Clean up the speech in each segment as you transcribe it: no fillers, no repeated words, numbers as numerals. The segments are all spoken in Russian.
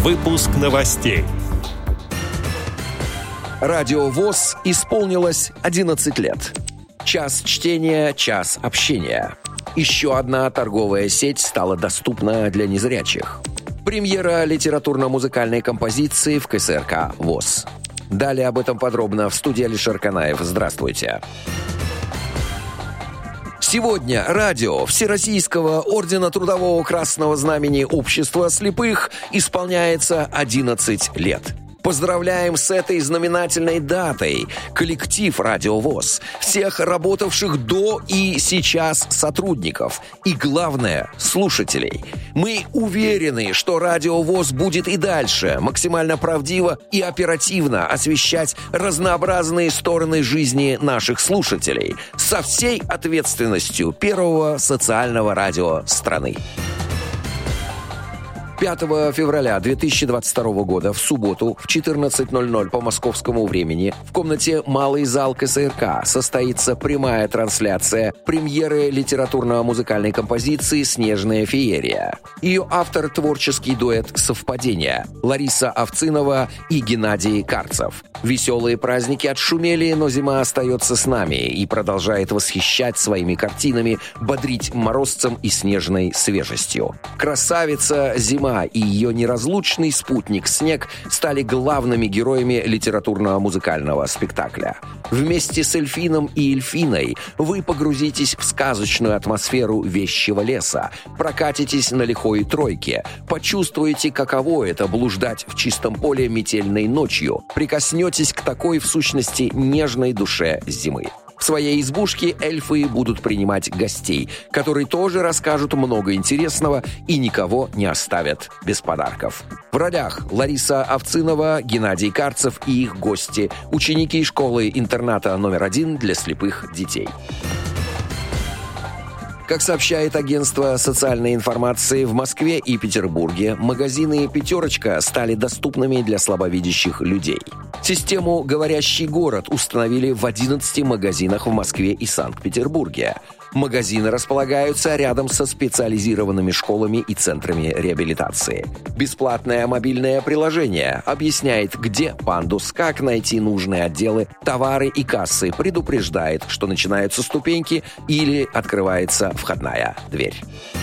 Выпуск новостей. Радио ВОС исполнилось 11 лет. Час чтения, час общения. Еще одна торговая сеть стала доступна для незрячих. Премьера литературно-музыкальной композиции в КСРК ВОС. Далее об этом подробно в студии Алишер Канаев. Здравствуйте. Сегодня радио Всероссийского ордена Трудового Красного Знамени Общества слепых исполняется 11 лет. Поздравляем с этой знаменательной датой коллектив Радио ВОС, всех работавших до и сейчас сотрудников и, главное, слушателей. Мы уверены, что Радио ВОС будет и дальше максимально правдиво и оперативно освещать разнообразные стороны жизни наших слушателей со всей ответственностью первого социального радио страны. 5 февраля 2022 года в субботу в 14:00 по московскому времени в комнате «Малый зал КСРК» состоится прямая трансляция премьеры литературно-музыкальной композиции «Снежная феерия». Ее автор – творческий дуэт «Совпадение» Лариса Овцинова и Геннадий Карцев. Веселые праздники отшумели, но зима остается с нами и продолжает восхищать своими картинами, бодрить морозцем и снежной свежестью. Красавица зима и ее неразлучный спутник снег стали главными героями литературно-музыкального спектакля. Вместе с Эльфином и Эльфиной вы погрузитесь в сказочную атмосферу вещего леса, прокатитесь на лихой тройке, почувствуете, каково это блуждать в чистом поле метельной ночью, прикоснетесь к такой, в сущности, нежной душе зимы. В своей избушке эльфы будут принимать гостей, которые тоже расскажут много интересного и никого не оставят без подарков. В ролях Лариса Овцинова, Геннадий Карцев и их гости, ученики школы-интерната номер 1 для слепых детей. Как сообщает агентство социальной информации, в Москве и Петербурге магазины «Пятерочка» стали доступными для слабовидящих людей. Систему «Говорящий город» установили в 11 магазинах в Москве и Санкт-Петербурге. Магазины располагаются рядом со специализированными школами и центрами реабилитации. Бесплатное мобильное приложение объясняет, где пандус, как найти нужные отделы, товары и кассы, предупреждает, что начинаются ступеньки или открывается входная дверь.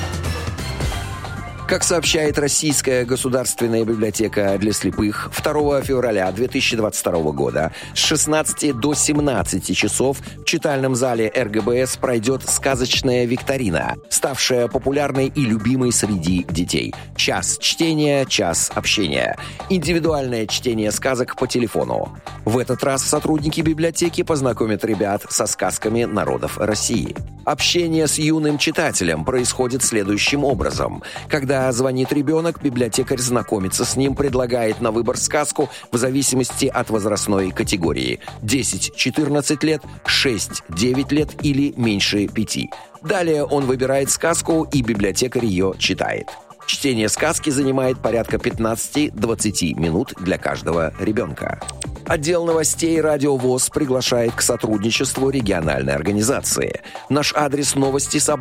Как сообщает Российская государственная библиотека для слепых, 2 февраля 2022 года с 16 до 17 часов в читальном зале РГБС пройдет сказочная викторина, ставшая популярной и любимой среди детей. Час чтения, час общения. Индивидуальное чтение сказок по телефону. В этот раз сотрудники библиотеки познакомят ребят со сказками народов России. Общение с юным читателем происходит следующим образом. Когда звонит ребенок, библиотекарь знакомится с ним, предлагает на выбор сказку в зависимости от возрастной категории. 10-14 лет, 6-9 лет или меньше 5. Далее он выбирает сказку, и библиотекарь ее читает. Чтение сказки занимает порядка 15-20 минут для каждого ребенка. Отдел новостей Радио ВОС приглашает к сотрудничеству региональной организации. Наш адрес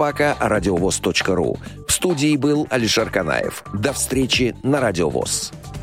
новости@радиовос.ру. В студии был Алишер Канаев. До встречи на Радио ВОС.